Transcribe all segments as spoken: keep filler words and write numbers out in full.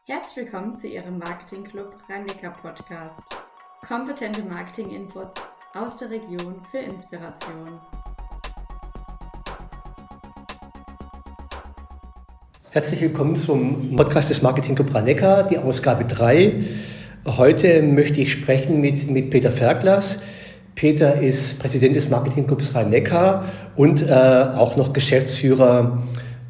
Herzlich willkommen zu Ihrem Marketing-Club Rhein-Neckar-Podcast. Kompetente Marketing-Inputs aus der Region für Inspiration. Herzlich willkommen zum Podcast des Marketing-Club Rhein-Neckar, die Ausgabe drei. Heute möchte ich sprechen mit, mit Peter Ferglers. Peter ist Präsident des Marketing-Clubs Rhein-Neckar und äh, auch noch Geschäftsführer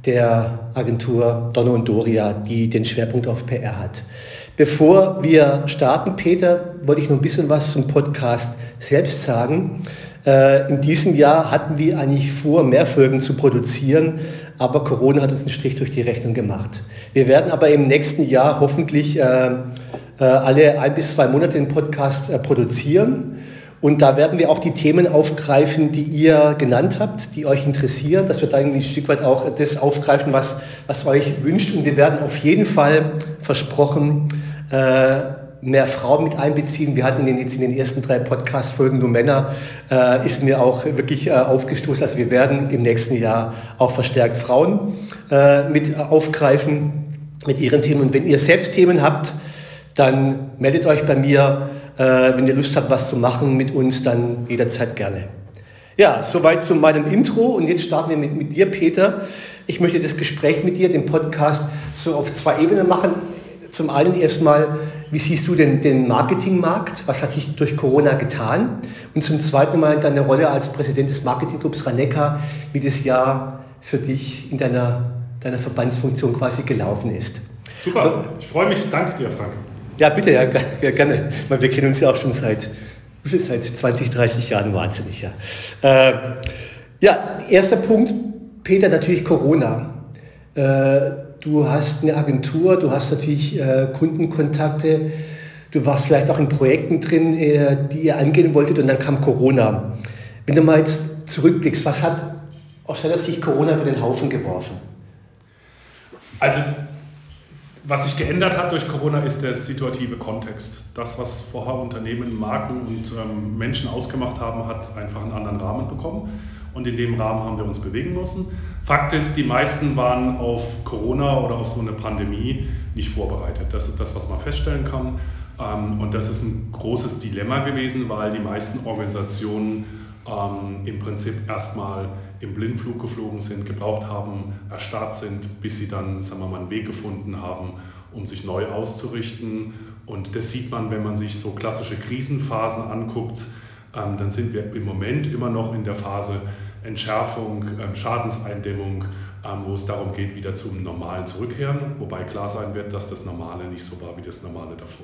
der Agentur Donner und Doria, die den Schwerpunkt auf P R hat. Bevor wir starten, Peter, wollte ich noch ein bisschen was zum Podcast selbst sagen. Äh, in diesem Jahr hatten wir eigentlich vor, mehr Folgen zu produzieren, aber Corona hat uns einen Strich durch die Rechnung gemacht. Wir werden aber im nächsten Jahr hoffentlich äh, äh, alle ein bis zwei Monate den Podcast äh, produzieren. Und da werden wir auch die Themen aufgreifen, die ihr genannt habt, die euch interessieren, dass wir da irgendwie ein Stück weit auch das aufgreifen, was, was euch wünscht. Und wir werden auf jeden Fall, versprochen, äh, mehr Frauen mit einbeziehen. Wir hatten in den, jetzt in den ersten drei Podcast-Folgen nur Männer, äh, ist mir auch wirklich äh, aufgestoßen. Also wir werden im nächsten Jahr auch verstärkt Frauen äh, mit aufgreifen, mit ihren Themen. Und wenn ihr selbst Themen habt, dann meldet euch bei mir. Äh, wenn ihr Lust habt, was zu machen mit uns, dann jederzeit gerne. Ja, soweit zu meinem Intro und jetzt starten wir mit, mit dir, Peter. Ich möchte das Gespräch mit dir, den Podcast, so auf zwei Ebenen machen. Zum einen erstmal, wie siehst du den, den Marketingmarkt? Was hat sich durch Corona getan? Und zum zweiten Mal deine Rolle als Präsident des Marketingclubs Rhein-Neckar, wie das Jahr für dich in deiner, deiner Verbandsfunktion quasi gelaufen ist. Super, Aber, ich freue mich. Danke dir, Frank. Ja, bitte, ja, ja, gerne. Wir kennen uns ja auch schon seit, seit zwanzig, dreißig Jahren, wahnsinnig, ja. Äh, ja, erster Punkt, Peter, natürlich Corona. Äh, du hast eine Agentur, du hast natürlich äh, Kundenkontakte, du warst vielleicht auch in Projekten drin, äh, die ihr angehen wolltet und dann kam Corona. Wenn du mal jetzt zurückblickst, was hat aus deiner Sicht Corona über den Haufen geworfen? Also, was sich geändert hat durch Corona, ist der situative Kontext. Das, was vorher Unternehmen, Marken und ähm, Menschen ausgemacht haben, hat einfach einen anderen Rahmen bekommen. Und in dem Rahmen haben wir uns bewegen müssen. Fakt ist, die meisten waren auf Corona oder auf so eine Pandemie nicht vorbereitet. Das ist das, was man feststellen kann. Ähm, und das ist ein großes Dilemma gewesen, weil die meisten Organisationen ähm, im Prinzip erstmal im Blindflug geflogen sind, gebraucht haben, erstarrt sind, bis sie dann, sagen wir mal, einen Weg gefunden haben, um sich neu auszurichten. Und das sieht man, wenn man sich so klassische Krisenphasen anguckt, ähm, dann sind wir im Moment immer noch in der Phase Entschärfung, ähm, Schadenseindämmung, ähm, wo es darum geht, wieder zum Normalen zurückkehren, wobei klar sein wird, dass das Normale nicht so war wie das Normale davor.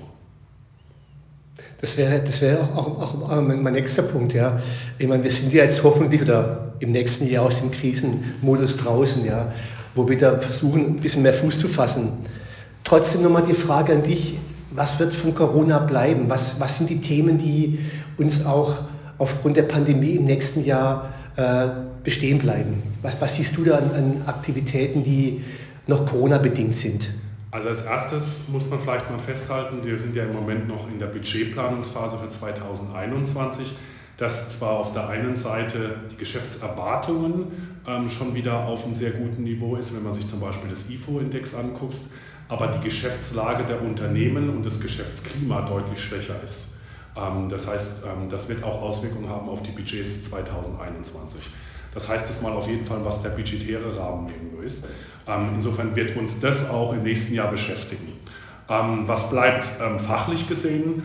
Das wäre, das wäre auch, auch, auch mein nächster Punkt. Ja. Ich meine, wir sind ja jetzt hoffentlich oder im nächsten Jahr aus dem Krisenmodus draußen, ja, wo wir da versuchen, ein bisschen mehr Fuß zu fassen. Trotzdem nochmal die Frage an dich, was wird von Corona bleiben? Was, was sind die Themen, die uns auch aufgrund der Pandemie im nächsten Jahr äh, bestehen bleiben? Was, was siehst du da an, an Aktivitäten, die noch Corona-bedingt sind? Also als erstes muss man vielleicht mal festhalten, wir sind ja im Moment noch in der Budgetplanungsphase für zweitausendeinundzwanzig, dass zwar auf der einen Seite die Geschäftserwartungen ähm, schon wieder auf einem sehr guten Niveau ist, wenn man sich zum Beispiel das I F O-Index anguckt, aber die Geschäftslage der Unternehmen und das Geschäftsklima deutlich schwächer ist. Ähm, das heißt, ähm, das wird auch Auswirkungen haben auf die Budgets zweitausendeinundzwanzig. Das heißt jetzt mal auf jeden Fall, was der budgetäre Rahmen irgendwo ist. Insofern wird uns das auch im nächsten Jahr beschäftigen. Was bleibt fachlich gesehen?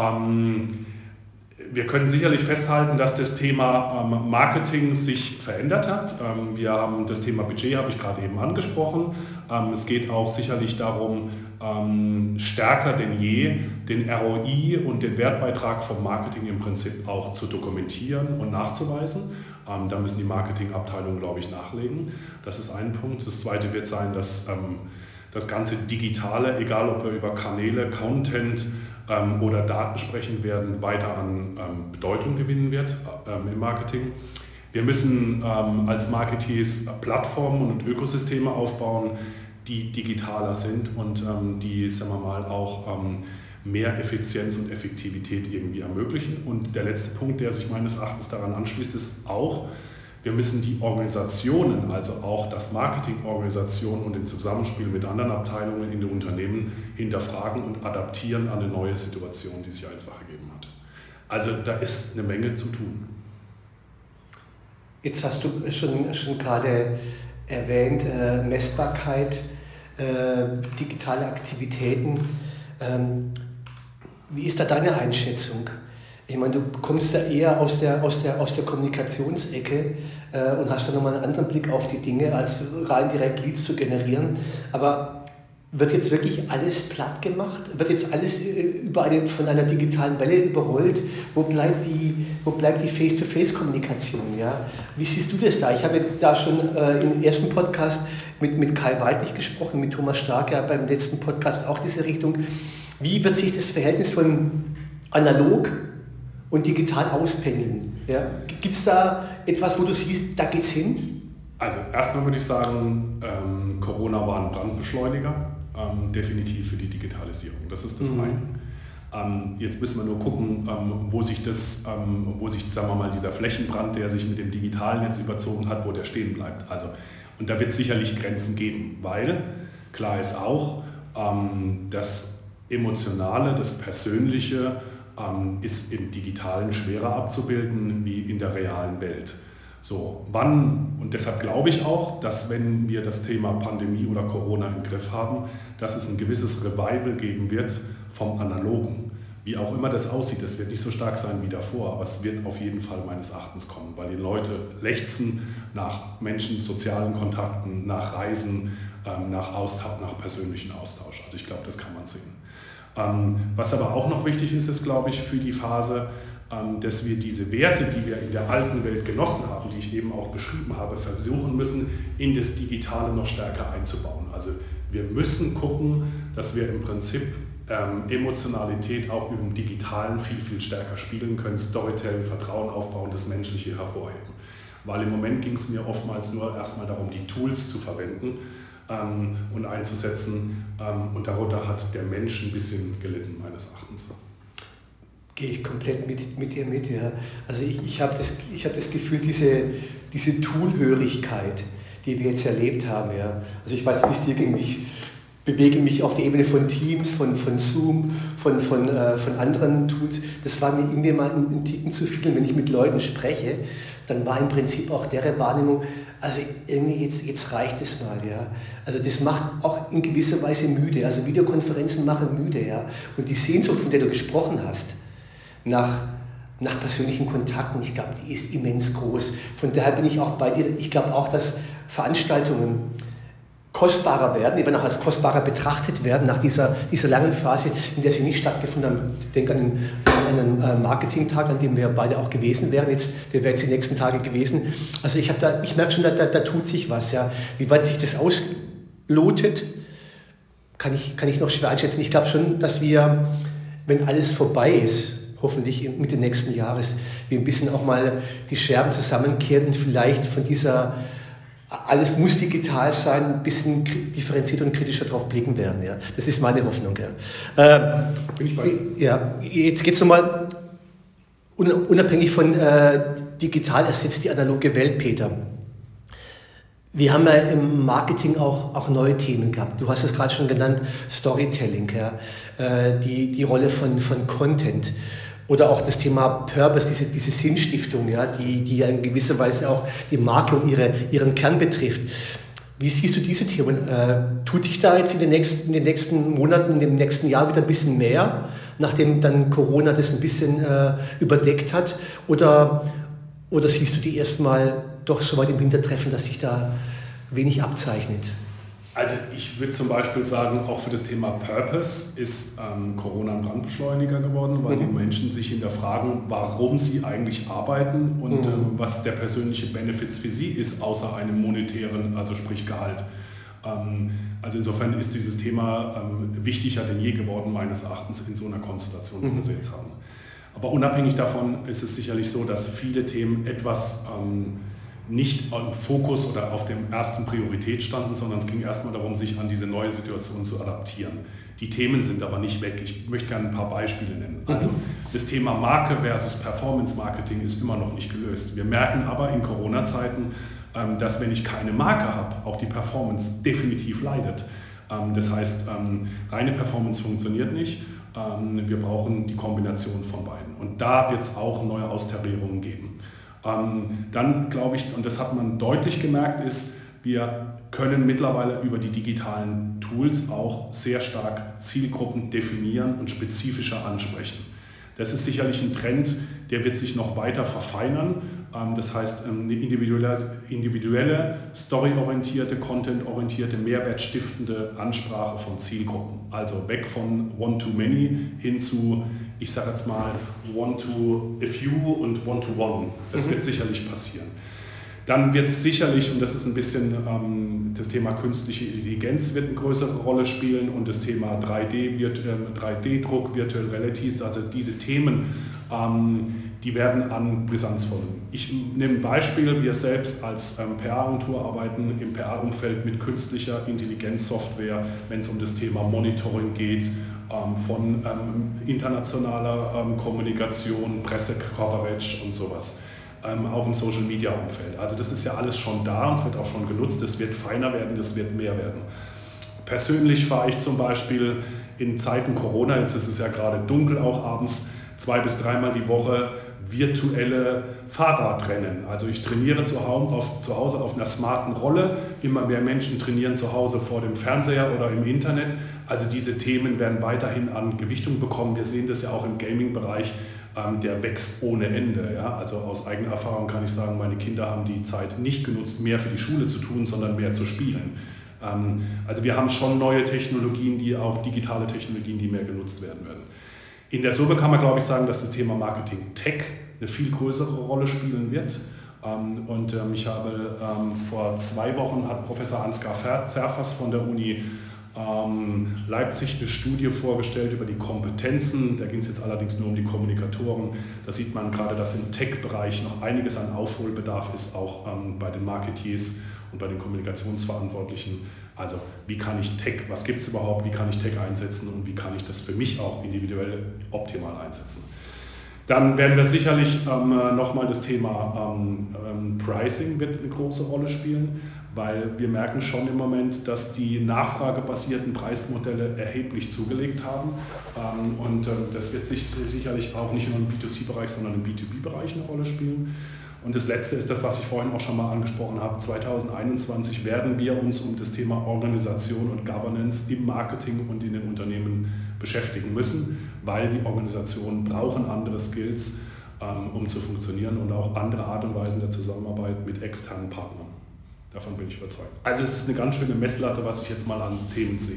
Wir können sicherlich festhalten, dass das Thema Marketing sich verändert hat. Wir haben das Thema Budget, habe ich gerade eben angesprochen. Es geht auch sicherlich darum, stärker denn je den R O I und den Wertbeitrag vom Marketing im Prinzip auch zu dokumentieren und nachzuweisen. Da müssen die Marketingabteilungen, glaube ich, nachlegen. Das ist ein Punkt. Das zweite wird sein, dass das ganze Digitale, egal ob wir über Kanäle, Content oder Daten sprechen werden, weiter an Bedeutung gewinnen wird im Marketing. Wir müssen als Marketeers Plattformen und Ökosysteme aufbauen, die digitaler sind und die, sagen wir mal, auch mehr Effizienz und Effektivität irgendwie ermöglichen. Und der letzte Punkt, der sich meines Erachtens daran anschließt, ist auch, Wir müssen die Organisationen, also auch das Marketingorganisation und den Zusammenspiel mit anderen Abteilungen in den Unternehmen hinterfragen und adaptieren an eine neue Situation, die sich einfach ergeben hat. Also da ist eine Menge zu tun. Jetzt hast du schon, schon gerade erwähnt, äh, Messbarkeit, äh, digitale Aktivitäten. Ähm, wie ist da deine Einschätzung? Ich meine, du kommst ja eher aus der, aus der, aus der Kommunikationsecke äh, und hast da nochmal einen anderen Blick auf die Dinge, als rein direkt Leads zu generieren. Aber wird jetzt wirklich alles platt gemacht? Wird jetzt alles äh, über eine, von einer digitalen Welle überrollt? Wo bleibt die, wo bleibt die Face-to-Face-Kommunikation? Ja? Wie siehst du das da? Ich habe da schon äh, im ersten Podcast mit, mit Kai Weidlich gesprochen, mit Thomas Stark, ja, beim letzten Podcast auch diese Richtung. Wie wird sich das Verhältnis von analog und digital auspendeln? Ja? Gibt es da etwas, wo du siehst, da geht's hin? Also erstmal würde ich sagen, ähm, Corona war ein Brandbeschleuniger, ähm, definitiv für die Digitalisierung. Das ist das mhm. eine. Ähm, jetzt müssen wir nur gucken, ähm, wo sich das, ähm, wo sich, sagen wir mal, dieser Flächenbrand, der sich mit dem Digitalen jetzt überzogen hat, wo der stehen bleibt. Also, und da wird es sicherlich Grenzen geben, weil klar ist auch, ähm, das Emotionale, das Persönliche ähm, ist im Digitalen schwerer abzubilden wie in der realen Welt. So, wann, und deshalb glaube ich auch, dass wenn wir das Thema Pandemie oder Corona im Griff haben, dass es ein gewisses Revival geben wird vom Analogen. Wie auch immer das aussieht, das wird nicht so stark sein wie davor, aber es wird auf jeden Fall meines Erachtens kommen, weil die Leute lechzen nach Menschen, sozialen Kontakten, nach Reisen, ähm, nach Austausch, nach persönlichen Austausch. Also ich glaube, das kann man sehen. Ähm, was aber auch noch wichtig ist, ist, glaube ich, für die Phase, ähm, dass wir diese Werte, die wir in der alten Welt genossen haben, die ich eben auch beschrieben habe, versuchen müssen, in das Digitale noch stärker einzubauen. Also wir müssen gucken, dass wir im Prinzip ähm, Emotionalität auch im Digitalen viel, viel stärker spielen können, Storytelling, Vertrauen aufbauen, das Menschliche hervorheben. Weil im Moment ging es mir oftmals nur erstmal darum, die Tools zu verwenden ähm, und einzusetzen. Ähm, und darunter hat der Mensch ein bisschen gelitten, meines Erachtens. Gehe ich komplett mit, mit dir mit. Ja. Also ich, ich habe das, ich hab das Gefühl, diese, diese Toolhörigkeit, die wir jetzt erlebt haben, ja. Also ich weiß, wie es dir ging, ich bewege mich auf der Ebene von Teams, von, von Zoom, von, von, äh, von anderen Tools. Das war mir irgendwie mal ein, ein Ticken zu viel. Und wenn ich mit Leuten spreche, dann war im Prinzip auch deren Wahrnehmung, also irgendwie jetzt, jetzt reicht es mal. Ja. Also das macht auch in gewisser Weise müde. Also Videokonferenzen machen müde. Ja. Und die Sehnsucht, von der du gesprochen hast, nach, nach persönlichen Kontakten, ich glaube, die ist immens groß. Von daher bin ich auch bei dir. Ich glaube auch, dass Veranstaltungen kostbarer werden, die werden auch als kostbarer betrachtet werden nach dieser, dieser langen Phase, in der sie nicht stattgefunden haben. Ich denke an einen, an einen Marketingtag, an dem wir beide auch gewesen wären. Jetzt, der wäre jetzt die nächsten Tage gewesen. Also ich, da, ich merke schon, da, da, da tut sich was. Ja. Wie weit sich das auslotet, kann ich, kann ich noch schwer einschätzen. Ich glaube schon, dass wir, wenn alles vorbei ist, hoffentlich Mitte nächsten Jahres, wir ein bisschen auch mal die Scherben zusammenkehren und vielleicht von dieser alles muss digital sein, ein bisschen differenzierter und kritischer drauf blicken werden. Ja. Das ist meine Hoffnung. Ja. Äh, Bin ich bei dir? Ja, jetzt geht es nochmal, unabhängig von äh, digital ersetzt die analoge Welt, Peter. Wir haben ja im Marketing auch, auch neue Themen gehabt. Du hast es gerade schon genannt, Storytelling, ja. äh, die, die Rolle von, von Content. Oder auch das Thema Purpose, diese, diese Sinnstiftung, ja, die, die ja in gewisser Weise auch die Marke und ihre, ihren Kern betrifft. Wie siehst du diese Themen? Äh, tut sich da jetzt in den, nächsten, in den nächsten Monaten, in dem nächsten Jahr wieder ein bisschen mehr, nachdem dann Corona das ein bisschen äh, überdeckt hat? Oder, oder siehst du die erstmal doch so weit im Hintertreffen, dass sich da wenig abzeichnet? Also ich würde zum Beispiel sagen, auch für das Thema Purpose ist ähm, Corona ein Brandbeschleuniger geworden, weil mhm. die Menschen sich hinterfragen, warum sie eigentlich arbeiten und mhm. ähm, was der persönliche Benefit für sie ist, außer einem monetären, also sprich Gehalt. Ähm, also insofern ist dieses Thema ähm, wichtiger denn je geworden, meines Erachtens, in so einer Konstellation, wie wir sie jetzt haben. Aber unabhängig davon ist es sicherlich so, dass viele Themen etwas ähm, nicht im Fokus oder auf dem ersten Priorität standen, sondern es ging erstmal darum, sich an diese neue Situation zu adaptieren. Die Themen sind aber nicht weg. Ich möchte gerne ein paar Beispiele nennen. Also das Thema Marke versus Performance Marketing ist immer noch nicht gelöst. Wir merken aber in Corona-Zeiten, dass wenn ich keine Marke habe, auch die Performance definitiv leidet. Das heißt, reine Performance funktioniert nicht. Wir brauchen die Kombination von beiden. Und da wird es auch neue Austarierungen geben. Dann glaube ich, und das hat man deutlich gemerkt, ist, wir können mittlerweile über die digitalen Tools auch sehr stark Zielgruppen definieren und spezifischer ansprechen. Das ist sicherlich ein Trend, der wird sich noch weiter verfeinern. Das heißt, eine individuelle, individuelle storyorientierte, contentorientierte, mehrwertstiftende Ansprache von Zielgruppen. Also weg von One-to-Many hin zu, ich sage jetzt mal, One-to-a-few und One-to-one. Das wird sicherlich passieren. Dann wird es sicherlich, und das ist ein bisschen ähm, das Thema künstliche Intelligenz wird eine größere Rolle spielen und das Thema drei D, äh, drei D-Druck, Virtual Realities, also diese Themen, ähm, die werden an Brisanz verlieren. Ich nehme ein Beispiel, wir selbst als ähm, P R-Agentur arbeiten im P R-Umfeld mit künstlicher Intelligenzsoftware, wenn es um das Thema Monitoring geht, ähm, von ähm, internationaler ähm, Kommunikation, Presse-Coverage und sowas. Ähm, auch im Social-Media-Umfeld. Also das ist ja alles schon da und es wird auch schon genutzt, das wird feiner werden, das wird mehr werden. Persönlich fahre ich zum Beispiel in Zeiten Corona, jetzt ist es ja gerade dunkel auch abends, zwei bis dreimal die Woche virtuelle Fahrradrennen. Also ich trainiere zu Hause auf einer smarten Rolle, immer mehr Menschen trainieren zu Hause vor dem Fernseher oder im Internet. Also diese Themen werden weiterhin an Gewichtung bekommen. Wir sehen das ja auch im Gaming-Bereich. Der wächst ohne Ende. Ja? Also aus eigener Erfahrung kann ich sagen, meine Kinder haben die Zeit nicht genutzt, mehr für die Schule zu tun, sondern mehr zu spielen. Also wir haben schon neue Technologien, die auch digitale Technologien, die mehr genutzt werden werden. In der Summe kann man, glaube ich, sagen, dass das Thema Marketing Tech eine viel größere Rolle spielen wird. Und ich habe vor zwei Wochen hat Professor Ansgar Zerfas von der Uni Ähm, Leipzig eine Studie vorgestellt über die Kompetenzen, da ging es jetzt allerdings nur um die Kommunikatoren. Da sieht man gerade, dass im Tech-Bereich noch einiges an Aufholbedarf ist, auch ähm, bei den Marketeers und bei den Kommunikationsverantwortlichen. Also wie kann ich Tech, was gibt es überhaupt, wie kann ich Tech einsetzen und wie kann ich das für mich auch individuell optimal einsetzen. Dann werden wir sicherlich ähm, nochmal das Thema ähm, ähm, Pricing wird eine große Rolle spielen, weil wir merken schon im Moment, dass die nachfragebasierten Preismodelle erheblich zugelegt haben. Ähm, und ähm, das wird sich sicherlich auch nicht nur im B zwei C-Bereich, sondern im B zwei B-Bereich eine Rolle spielen. Und das Letzte ist das, was ich vorhin auch schon mal angesprochen habe. zwanzig einundzwanzig werden wir uns um das Thema Organisation und Governance im Marketing und in den Unternehmen beschäftigen müssen, weil die Organisationen brauchen andere Skills, ähm, um zu funktionieren und auch andere Art und Weisen der Zusammenarbeit mit externen Partnern. Davon bin ich überzeugt. Also es ist eine ganz schöne Messlatte, was ich jetzt mal an Themen sehe.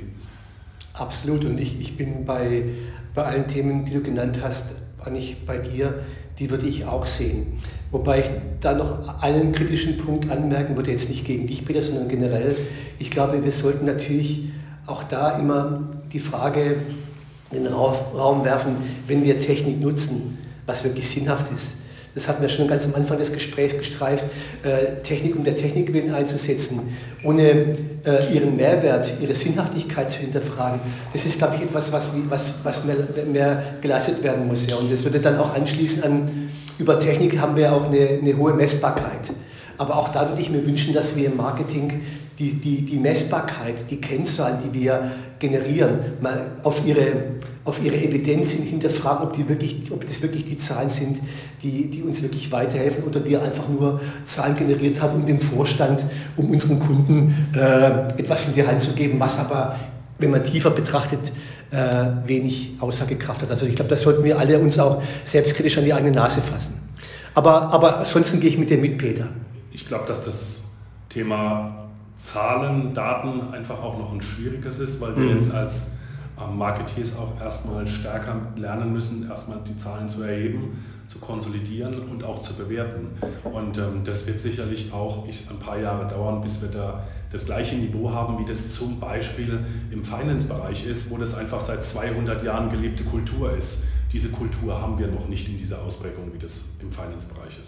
Absolut. Und ich, ich bin bei, bei allen Themen, die du genannt hast, eigentlich bei dir, die würde ich auch sehen. Wobei ich da noch einen kritischen Punkt anmerken würde, jetzt nicht gegen dich, Peter, sondern generell. Ich glaube, wir sollten natürlich auch da immer die Frage in den Raum werfen, wenn wir Technik nutzen, was wirklich sinnhaft ist. Das hatten wir schon ganz am Anfang des Gesprächs gestreift, äh, Technik um der Technik willen einzusetzen, ohne äh, ihren Mehrwert, ihre Sinnhaftigkeit zu hinterfragen. Das ist, glaube ich, etwas, was, was, was mehr, mehr geleistet werden muss. Ja. Und das würde dann auch anschließen an, über Technik haben wir auch eine, eine hohe Messbarkeit. Aber auch da würde ich mir wünschen, dass wir im Marketing die, die, die Messbarkeit, die Kennzahlen, die wir generieren, mal auf ihre, auf ihre Evidenz hin hinterfragen, ob, die wirklich, ob das wirklich die Zahlen sind, die, die uns wirklich weiterhelfen oder wir einfach nur Zahlen generiert haben, um dem Vorstand, um unseren Kunden äh, etwas in die Hand zu geben, was aber, wenn man tiefer betrachtet, äh, wenig Aussagekraft hat. Also ich glaube, das sollten wir alle uns auch selbstkritisch an die eigene Nase fassen. Aber, aber ansonsten gehe ich mit dir mit, Peter. Ich glaube, dass das Thema Zahlen, Daten einfach auch noch ein schwieriges ist, weil wir mhm. jetzt als ähm, Marketeers auch erstmal stärker lernen müssen, erstmal die Zahlen zu erheben, zu konsolidieren und auch zu bewerten. Und ähm, das wird sicherlich auch ich, ein paar Jahre dauern, bis wir da das gleiche Niveau haben, wie das zum Beispiel im Finance-Bereich ist, wo das einfach seit zweihundert Jahren gelebte Kultur ist. Diese Kultur haben wir noch nicht in dieser Ausprägung, wie das im Finance-Bereich ist.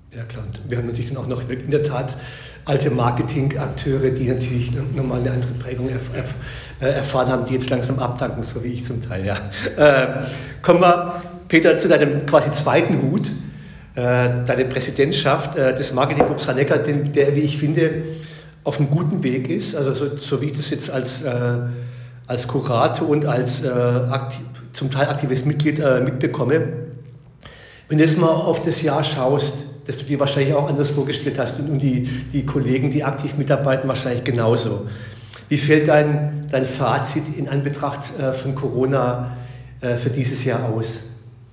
Ja klar, und wir haben natürlich dann auch noch in der Tat alte Marketingakteure, die natürlich nochmal eine andere Prägung erf- erf- erfahren haben, die jetzt langsam abdanken, so wie ich zum Teil. Ja. Äh, kommen wir, Peter, zu deinem quasi zweiten Hut, äh, deine Präsidentschaft äh, des Marketingclubs Rhein-Neckar, der, wie ich finde, auf einem guten Weg ist. Also so, so wie ich das jetzt als, äh, als Kurator und als äh, aktiv, zum Teil aktives Mitglied äh, mitbekomme. Wenn du jetzt mal auf das Jahr schaust, das du dir wahrscheinlich auch anders vorgestellt hast und die, die Kollegen, die aktiv mitarbeiten, wahrscheinlich genauso. Wie fällt dein, dein Fazit in Anbetracht äh, von Corona äh, für dieses Jahr aus?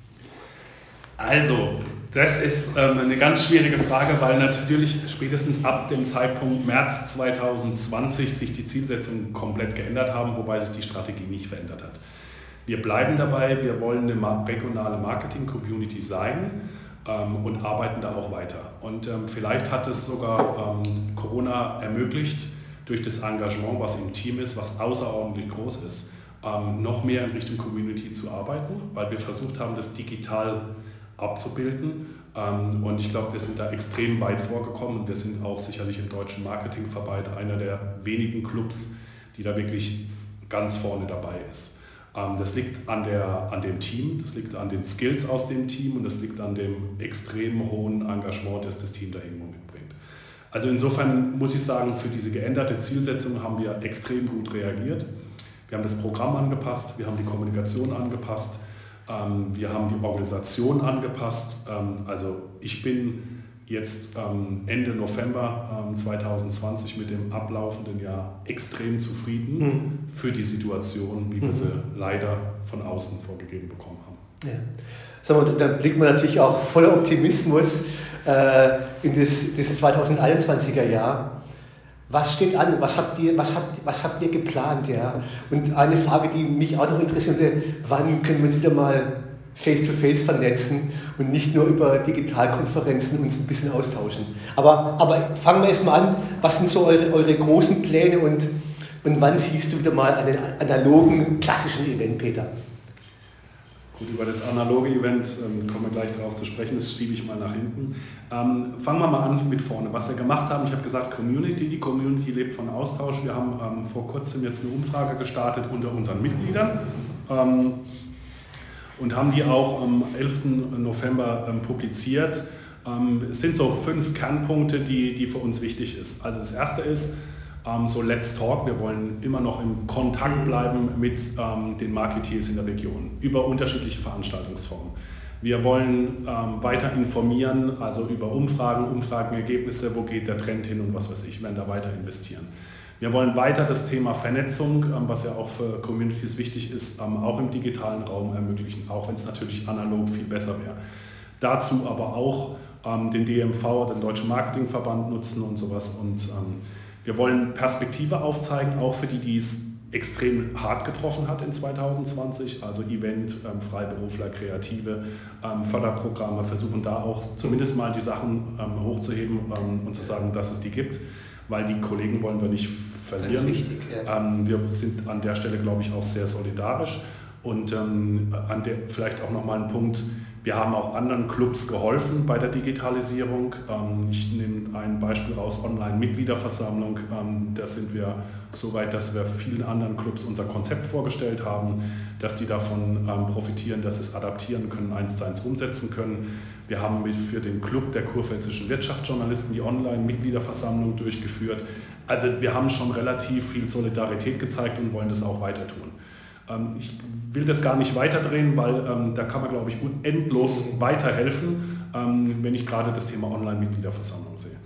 Also, das ist ähm, eine ganz schwierige Frage, weil natürlich spätestens ab dem Zeitpunkt März zwanzig zwanzig sich die Zielsetzungen komplett geändert haben, wobei sich die Strategie nicht verändert hat. Wir bleiben dabei, wir wollen eine regionale Marketing-Community sein ähm, und arbeiten da auch weiter. Und ähm, vielleicht hat es sogar ähm, Corona ermöglicht, durch das Engagement, was im Team ist, was außerordentlich groß ist, ähm, noch mehr in Richtung Community zu arbeiten, weil wir versucht haben, das digital abzubilden. Ähm, und ich glaube, wir sind da extrem weit vorgekommen. Wir sind auch sicherlich im Deutschen Marketingverband einer der wenigen Clubs, die da wirklich ganz vorne dabei ist. Das liegt an, der, an dem Team, das liegt an den Skills aus dem Team und das liegt an dem extrem hohen Engagement, das das Team da irgendwo mitbringt. Also insofern muss ich sagen, für diese geänderte Zielsetzung haben wir extrem gut reagiert. Wir haben das Programm angepasst, wir haben die Kommunikation angepasst, wir haben die Organisation angepasst. Also ich bin jetzt Ende November zwanzig zwanzig mit dem ablaufenden Jahr extrem zufrieden mhm. für die Situation, wie wir mhm. sie leider von außen vorgegeben bekommen haben. Ja. So, da blicken wir natürlich auch voller Optimismus äh, in das, das zwanzig einundzwanziger Jahr. Was steht an? Was habt ihr, was habt, was habt ihr geplant? Ja? Und eine Frage, die mich auch noch interessiert, wann können wir uns wieder mal face-to-face vernetzen und nicht nur über Digitalkonferenzen uns ein bisschen austauschen. Aber, aber fangen wir erstmal an, was sind so eure, eure großen Pläne und, und wann siehst du wieder mal einen analogen, klassischen Event, Peter? Gut, über das analoge Event ähm, kommen wir gleich darauf zu sprechen, das schiebe ich mal nach hinten. Ähm, fangen wir mal an mit vorne. Was wir gemacht haben, ich habe gesagt Community, die Community lebt von Austausch. Wir haben ähm, vor kurzem jetzt eine Umfrage gestartet unter unseren Mitgliedern. Ähm, und haben die auch am elften November ähm, publiziert. Ähm, es sind so fünf Kernpunkte, die, die für uns wichtig ist. Also das erste ist, ähm, so Let's Talk, wir wollen immer noch im Kontakt bleiben mit ähm, den Marketeers in der Region über unterschiedliche Veranstaltungsformen. Wir wollen ähm, weiter informieren, also über Umfragen, Umfragenergebnisse, wo geht der Trend hin und was weiß ich, werden da weiter investieren. Wir wollen weiter das Thema Vernetzung, was ja auch für Communities wichtig ist, auch im digitalen Raum ermöglichen, auch wenn es natürlich analog viel besser wäre. Dazu aber auch den D M V, den Deutschen Marketingverband nutzen und sowas. Und wir wollen Perspektive aufzeigen, auch für die, die es extrem hart getroffen hat in zwanzig zwanzig, also Event, Freiberufler, Kreative, Förderprogramme, versuchen da auch zumindest mal die Sachen hochzuheben und zu sagen, dass es die gibt. Weil die Kollegen wollen wir nicht verlieren. Ganz wichtig, ja. ähm, wir sind an der Stelle, glaube ich, auch sehr solidarisch. Und ähm, an der, vielleicht auch nochmal ein Punkt, wir haben auch anderen Clubs geholfen bei der Digitalisierung. Ähm, ich nehme ein Beispiel raus, Online-Mitgliederversammlung. Ähm, da sind wir so weit, dass wir vielen anderen Clubs unser Konzept vorgestellt haben, dass die davon ähm, profitieren, dass sie es adaptieren können, eins zu eins umsetzen können. Wir haben für den Club der kurpfälzischen Wirtschaftsjournalisten die Online-Mitgliederversammlung durchgeführt. Also wir haben schon relativ viel Solidarität gezeigt und wollen das auch weiter tun. Ähm, ich will das gar nicht weiterdrehen, weil ähm, da kann man, glaube ich, endlos weiterhelfen, ähm, wenn ich gerade das Thema Online-Mitgliederversammlung sehe.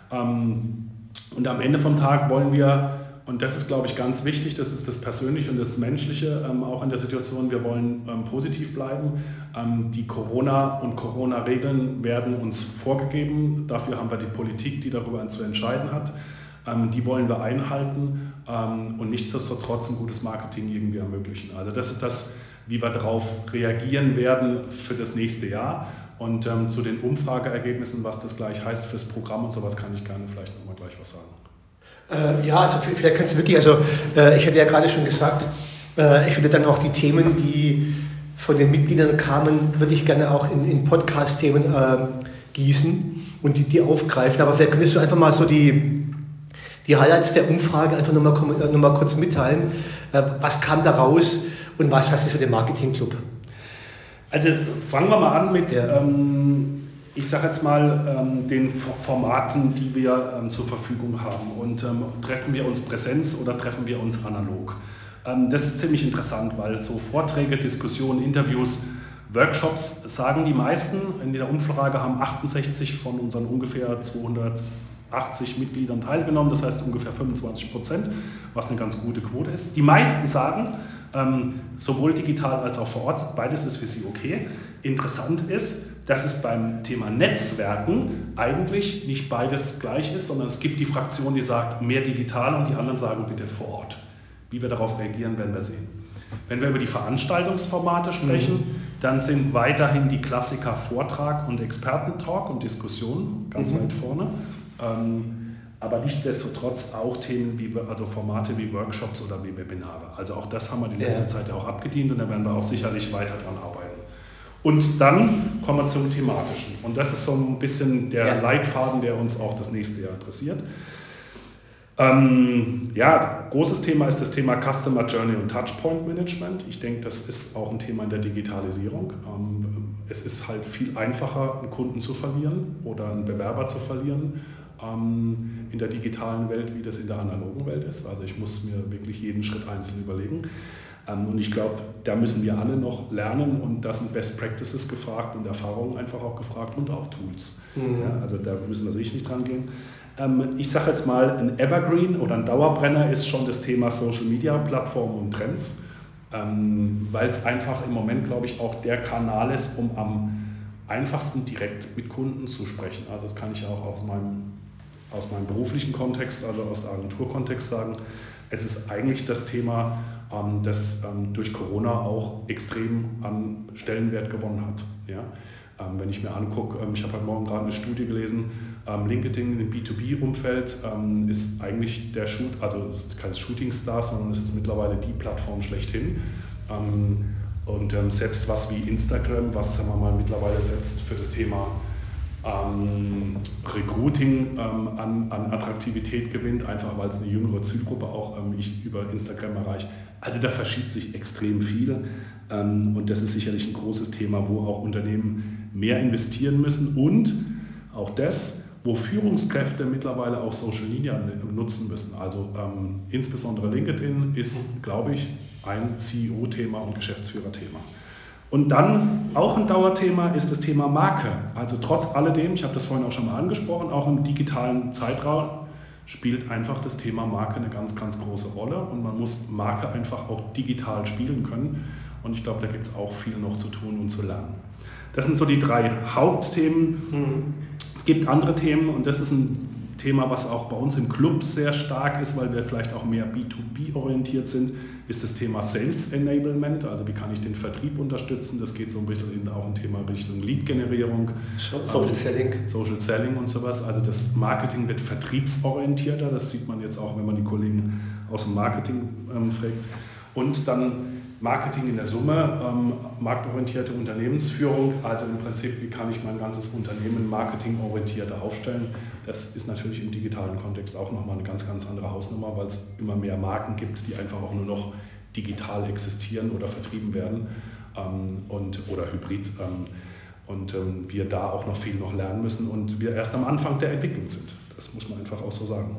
Ähm, und am Ende vom Tag wollen wir, und das ist, glaube ich, ganz wichtig, das ist das Persönliche und das Menschliche ähm, auch in der Situation, wir wollen ähm, positiv bleiben. Ähm, die Corona- und Corona-Regeln werden uns vorgegeben. Dafür haben wir die Politik, die darüber zu entscheiden hat. Ähm, die wollen wir einhalten ähm, und nichtsdestotrotz ein gutes Marketing irgendwie ermöglichen. Also das ist das, wie wir darauf reagieren werden für das nächste Jahr. Und ähm, zu den Umfrageergebnissen, was das gleich heißt fürs Programm und sowas, kann ich gerne vielleicht nochmal gleich was sagen. Äh, ja, also vielleicht kannst du wirklich, also äh, ich hatte ja gerade schon gesagt, äh, ich würde dann auch die Themen, die von den Mitgliedern kamen, würde ich gerne auch in, in Podcast-Themen äh, gießen. und die, die aufgreifen. Aber vielleicht könntest du einfach mal so die, die Highlights der Umfrage einfach nochmal noch mal kurz mitteilen. Was kam da raus und was heißt das für den Marketing-Club? Also fangen wir mal an mit, ja. ähm, ich sage jetzt mal, ähm, den Formaten, die wir ähm, zur Verfügung haben. Und ähm, treffen wir uns Präsenz oder treffen wir uns analog? Ähm, das ist ziemlich interessant, weil so Vorträge, Diskussionen, Interviews, Workshops, sagen die meisten, in der Umfrage haben achtundsechzig von unseren ungefähr zweihundertachtzig Mitgliedern teilgenommen, das heißt ungefähr fünfundzwanzig Prozent, was eine ganz gute Quote ist. Die meisten sagen, ähm, sowohl digital als auch vor Ort, beides ist für sie okay. Interessant ist, dass es beim Thema Netzwerken eigentlich nicht beides gleich ist, sondern es gibt die Fraktion, die sagt, mehr digital und die anderen sagen, bitte vor Ort. Wie wir darauf reagieren, werden wir sehen. Wenn wir über die Veranstaltungsformate sprechen, mhm. dann sind weiterhin die Klassiker Vortrag und Expertentalk und Diskussion ganz mhm. weit vorne. Ähm, aber nichtsdestotrotz auch Themen wie, also Formate wie Workshops oder wie Webinare. Also auch das haben wir die letzte ja. Zeit ja auch abgedient und da werden wir auch sicherlich weiter dran arbeiten. Und dann kommen wir zum Thematischen. Und das ist so ein bisschen der ja. Leitfaden, der uns auch das nächste Jahr interessiert. Ähm, ja, großes Thema ist das Thema Customer Journey und Touchpoint Management. Ich denke, das ist auch ein Thema in der Digitalisierung. Ähm, es ist halt viel einfacher, einen Kunden zu verlieren oder einen Bewerber zu verlieren ähm, in der digitalen Welt, wie das in der analogen Welt ist. Also ich muss mir wirklich jeden Schritt einzeln überlegen. Ähm, und ich glaube, da müssen wir alle noch lernen und da sind Best Practices gefragt und Erfahrungen einfach auch gefragt und auch Tools. Mhm. Ja, also da müssen wir sicher nicht dran gehen. Ich sage jetzt mal, ein Evergreen oder ein Dauerbrenner ist schon das Thema Social Media Plattformen und Trends, weil es einfach im Moment, glaube ich, auch der Kanal ist, um am einfachsten direkt mit Kunden zu sprechen. Also das kann ich auch aus meinem, aus meinem beruflichen Kontext, also aus der Agenturkontext sagen. Es ist eigentlich das Thema, das durch Corona auch extrem an Stellenwert gewonnen hat. Ja? Wenn ich mir angucke, ich habe heute Morgen gerade eine Studie gelesen, LinkedIn im B zwei B-Umfeld ist eigentlich der Shoot, also es ist kein Shooting-Star, sondern es ist mittlerweile die Plattform schlechthin. Und selbst was wie Instagram, was sagen wir mal mittlerweile selbst für das Thema ähm, Recruiting ähm, an, an Attraktivität gewinnt, einfach weil es eine jüngere Zielgruppe auch ähm, ich über Instagram erreiche. Also da verschiebt sich extrem viel ähm, und das ist sicherlich ein großes Thema, wo auch Unternehmen mehr investieren müssen und auch das, wo Führungskräfte mittlerweile auch Social Media nutzen müssen. Also ähm, insbesondere LinkedIn ist, glaube ich, ein C E O-Thema und Geschäftsführerthema. Und dann auch ein Dauerthema ist das Thema Marke. Also trotz alledem, ich habe das vorhin auch schon mal angesprochen, auch im digitalen Zeitraum spielt einfach das Thema Marke eine ganz, ganz große Rolle und man muss Marke einfach auch digital spielen können. Und ich glaube, da gibt es auch viel noch zu tun und zu lernen. Das sind so die drei Hauptthemen. Mhm. Es gibt andere Themen und das ist ein Thema, was auch bei uns im Club sehr stark ist, weil wir vielleicht auch mehr B zwei B orientiert sind, ist das Thema Sales Enablement, also wie kann ich den Vertrieb unterstützen, das geht so ein bisschen auch ein Thema Richtung Lead-Generierung, Social ähm, Selling. Social Selling und sowas, also das Marketing wird vertriebsorientierter, das sieht man jetzt auch, wenn man die Kollegen aus dem Marketing ähm, fragt und dann Marketing in der Summe, ähm, marktorientierte Unternehmensführung, also im Prinzip, wie kann ich mein ganzes Unternehmen marketingorientierter aufstellen. Das ist natürlich im digitalen Kontext auch nochmal eine ganz, ganz andere Hausnummer, weil es immer mehr Marken gibt, die einfach auch nur noch digital existieren oder vertrieben werden ähm, und, oder hybrid. Ähm, und ähm, wir da auch noch viel noch lernen müssen und wir erst am Anfang der Entwicklung sind. Das muss man einfach auch so sagen.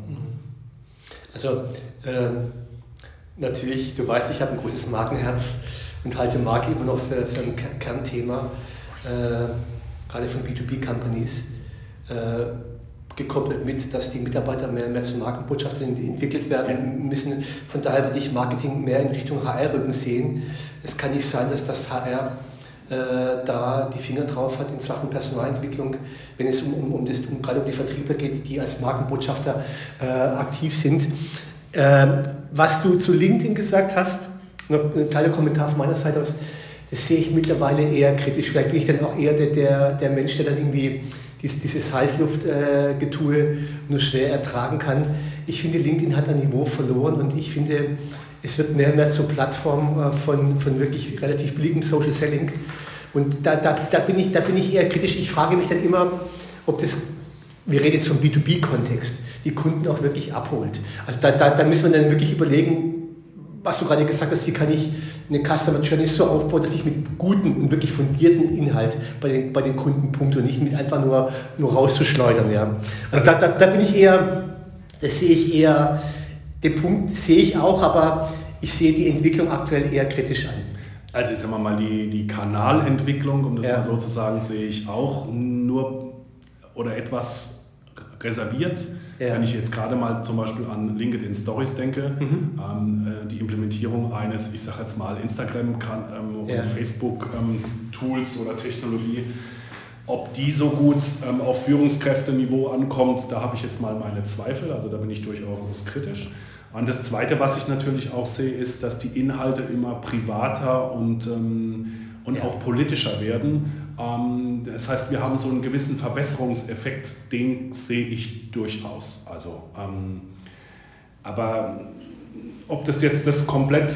Also, ähm natürlich, du weißt, ich habe ein großes Markenherz und halte Marke immer noch für, für ein Kernthema, äh, gerade von B zwei B-Companies, äh, gekoppelt mit, dass die Mitarbeiter mehr und mehr zu Markenbotschaftern entwickelt werden müssen. Von daher würde ich Marketing mehr in Richtung H R-Rücken sehen. Es kann nicht sein, dass das H R äh, da die Finger drauf hat in Sachen Personalentwicklung, wenn es um, um, um, das, um gerade um die Vertriebler geht, die als Markenbotschafter äh, aktiv sind. Ähm, was du zu LinkedIn gesagt hast, noch ein kleiner Kommentar von meiner Seite aus, das sehe ich mittlerweile eher kritisch. Vielleicht bin ich dann auch eher der, der, der Mensch, der dann irgendwie dieses, dieses Heißluftgetue äh, nur schwer ertragen kann. Ich finde, LinkedIn hat ein Niveau verloren und ich finde, es wird mehr und mehr zur Plattform äh, von, von wirklich relativ billigem Social Selling. Und da, da, da, bin ich, da bin ich eher kritisch. Ich frage mich dann immer, ob das wir reden jetzt vom B zwei B-Kontext, die Kunden auch wirklich abholt. Also da, da, da müssen wir dann wirklich überlegen, was du gerade gesagt hast, wie kann ich eine Customer Journey so aufbauen, dass ich mit gutem und wirklich fundierten Inhalt bei den, bei den Kunden punkte und nicht mit einfach nur, nur rauszuschleudern. Ja. Also da, da, da bin ich eher, das sehe ich eher, den Punkt sehe ich auch, aber ich sehe die Entwicklung aktuell eher kritisch an. Also ich sage mal, die, die Kanalentwicklung, um das ja. mal so zu sagen, sehe ich auch nur oder etwas reserviert. Ja. Wenn ich jetzt gerade mal zum Beispiel an LinkedIn Stories denke, mhm. ähm, die Implementierung eines, ich sage jetzt mal Instagram kann, ähm, ja. oder Facebook ähm, Tools oder Technologie, ob die so gut ähm, auf Führungskräfteniveau ankommt, da habe ich jetzt mal meine Zweifel, also da bin ich durchaus kritisch. Und das Zweite, was ich natürlich auch sehe, ist, dass die Inhalte immer privater und, ähm, und ja. auch politischer werden. Ähm, das heißt, wir haben so einen gewissen Verbesserungseffekt, den sehe ich durchaus. Also, ähm, aber ob das jetzt das komplett,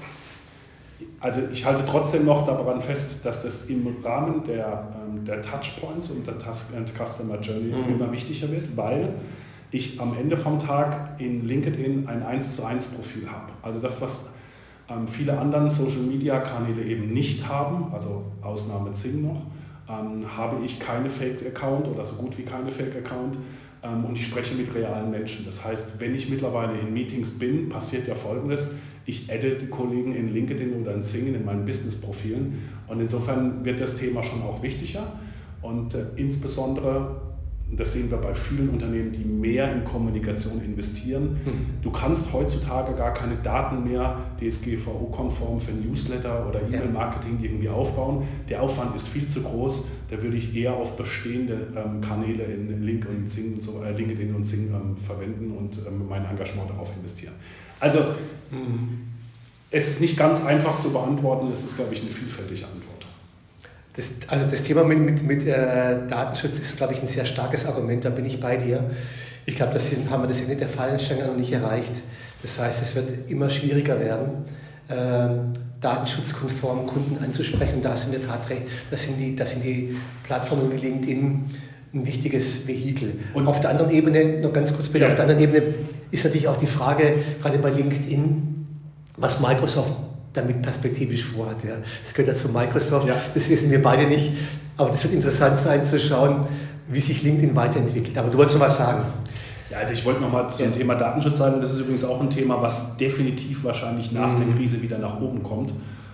also ich halte trotzdem noch daran fest, dass das im Rahmen der, ähm, der Touchpoints und der Customer Journey mhm. immer wichtiger wird, weil ich am Ende vom Tag in LinkedIn ein eins zu eins Profil habe. Also das, was ähm, viele anderen Social-Media-Kanäle eben nicht haben, also Ausnahme Xing noch, ähm, habe ich keine Fake-Account oder so gut wie keine Fake-Account ähm, und ich spreche mit realen Menschen. Das heißt, wenn ich mittlerweile in Meetings bin, passiert ja Folgendes: Ich adde die Kollegen in LinkedIn oder in Xing in meinen Business-Profilen und insofern wird das Thema schon auch wichtiger und äh, insbesondere, das sehen wir bei vielen Unternehmen, die mehr in Kommunikation investieren. Hm. Du kannst heutzutage gar keine Daten mehr D S G V O-konform für Newsletter oder E-Mail-Marketing irgendwie aufbauen. Der Aufwand ist viel zu groß. Da würde ich eher auf bestehende ähm, Kanäle in Link und Xing und so, äh, LinkedIn und Xing ähm, verwenden und ähm, mein Engagement darauf investieren. Also hm. es ist nicht ganz einfach zu beantworten. Es ist, glaube ich, eine vielfältige Antwort. Das, also das Thema mit, mit, mit äh, Datenschutz ist, glaube ich, ein sehr starkes Argument, da bin ich bei dir. Ich glaube, das sind, haben wir das Ende der Fahnenstange noch nicht erreicht. Das heißt, es wird immer schwieriger werden, äh, datenschutzkonform Kunden anzusprechen. Da hast du in der Tat recht, das sind die, das sind die Plattformen wie LinkedIn ein wichtiges Vehikel. Und auf der anderen Ebene, noch ganz kurz bitte, ja. auf der anderen Ebene ist natürlich auch die Frage, gerade bei LinkedIn, was Microsoft damit perspektivisch vorhat. Ja. Das gehört ja zu Microsoft, ja. Das wissen wir beide nicht. Aber das wird interessant sein zu schauen, wie sich LinkedIn weiterentwickelt. Aber du wolltest noch was sagen. Ja, also ich wollte noch mal zum ja. Thema Datenschutz sagen. Das ist übrigens auch ein Thema, was definitiv wahrscheinlich nach mhm. der Krise wieder nach oben kommt.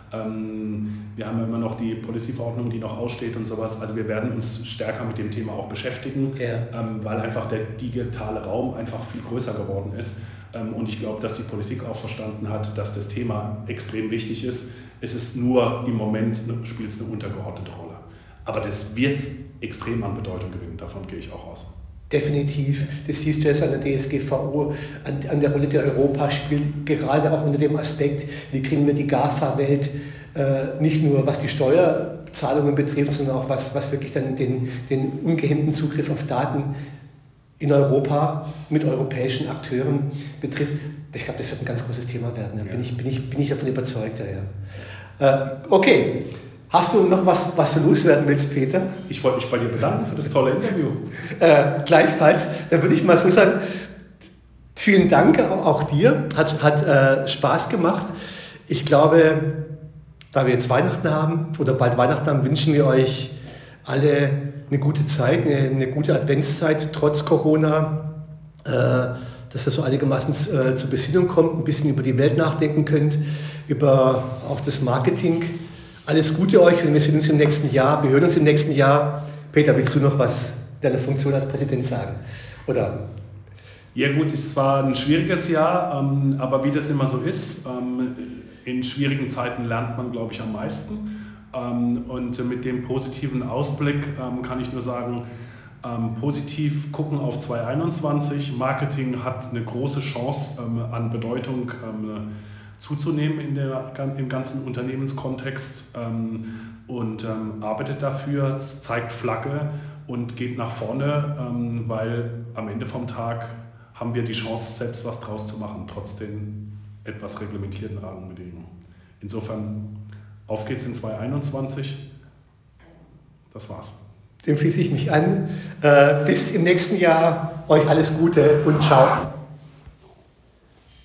Ähm, wir haben ja immer noch die Policy-Verordnung, die noch aussteht und sowas. Also wir werden uns stärker mit dem Thema auch beschäftigen, ja. ähm, weil einfach der digitale Raum einfach viel größer geworden ist. Und ich glaube, dass die Politik auch verstanden hat, dass das Thema extrem wichtig ist. Es ist nur im Moment, spielt es eine untergeordnete Rolle. Aber das wird extrem an Bedeutung gewinnen, davon gehe ich auch aus. Definitiv. Das siehst du jetzt an der D S G V O, an, an der Rolle der Europa spielt, gerade auch unter dem Aspekt, wie kriegen wir die GAFA-Welt, äh, nicht nur was die Steuerzahlungen betrifft, sondern auch was, was wirklich dann den, den ungehemmten Zugriff auf Daten in Europa mit europäischen Akteuren betrifft. Ich glaube, das wird ein ganz großes Thema werden. Da bin ich, bin ich, bin ich davon überzeugt. Ja. Äh, okay, hast du noch was, was du loswerden willst, Peter? Ich wollte mich bei dir bedanken für das tolle Interview. Äh, gleichfalls, dann würde ich mal so sagen, vielen Dank auch dir, hat, hat äh, Spaß gemacht. Ich glaube, da wir jetzt Weihnachten haben oder bald Weihnachten haben, wünschen wir euch alle eine gute Zeit, eine, eine gute Adventszeit trotz Corona, äh, dass ihr so einigermaßen äh, zur Besinnung kommt, ein bisschen über die Welt nachdenken könnt, über auch das Marketing. Alles Gute euch und wir sehen uns im nächsten Jahr, wir hören uns im nächsten Jahr. Peter, willst du noch was deiner Funktion als Präsident sagen? Oder? Ja gut, es war ein schwieriges Jahr, ähm, aber wie das immer so ist, ähm, in schwierigen Zeiten lernt man, glaube ich, am meisten. Und mit dem positiven Ausblick kann ich nur sagen, positiv gucken auf zwanzig einundzwanzig. Marketing hat eine große Chance an Bedeutung zuzunehmen in der, im ganzen Unternehmenskontext und arbeitet dafür, zeigt Flagge und geht nach vorne, weil am Ende vom Tag haben wir die Chance, selbst was draus zu machen, trotz den etwas reglementierten Rahmenbedingungen. Insofern auf geht's in zwanzig einundzwanzig. Das war's. Dem schließe ich mich an. Bis im nächsten Jahr. Euch alles Gute und ciao.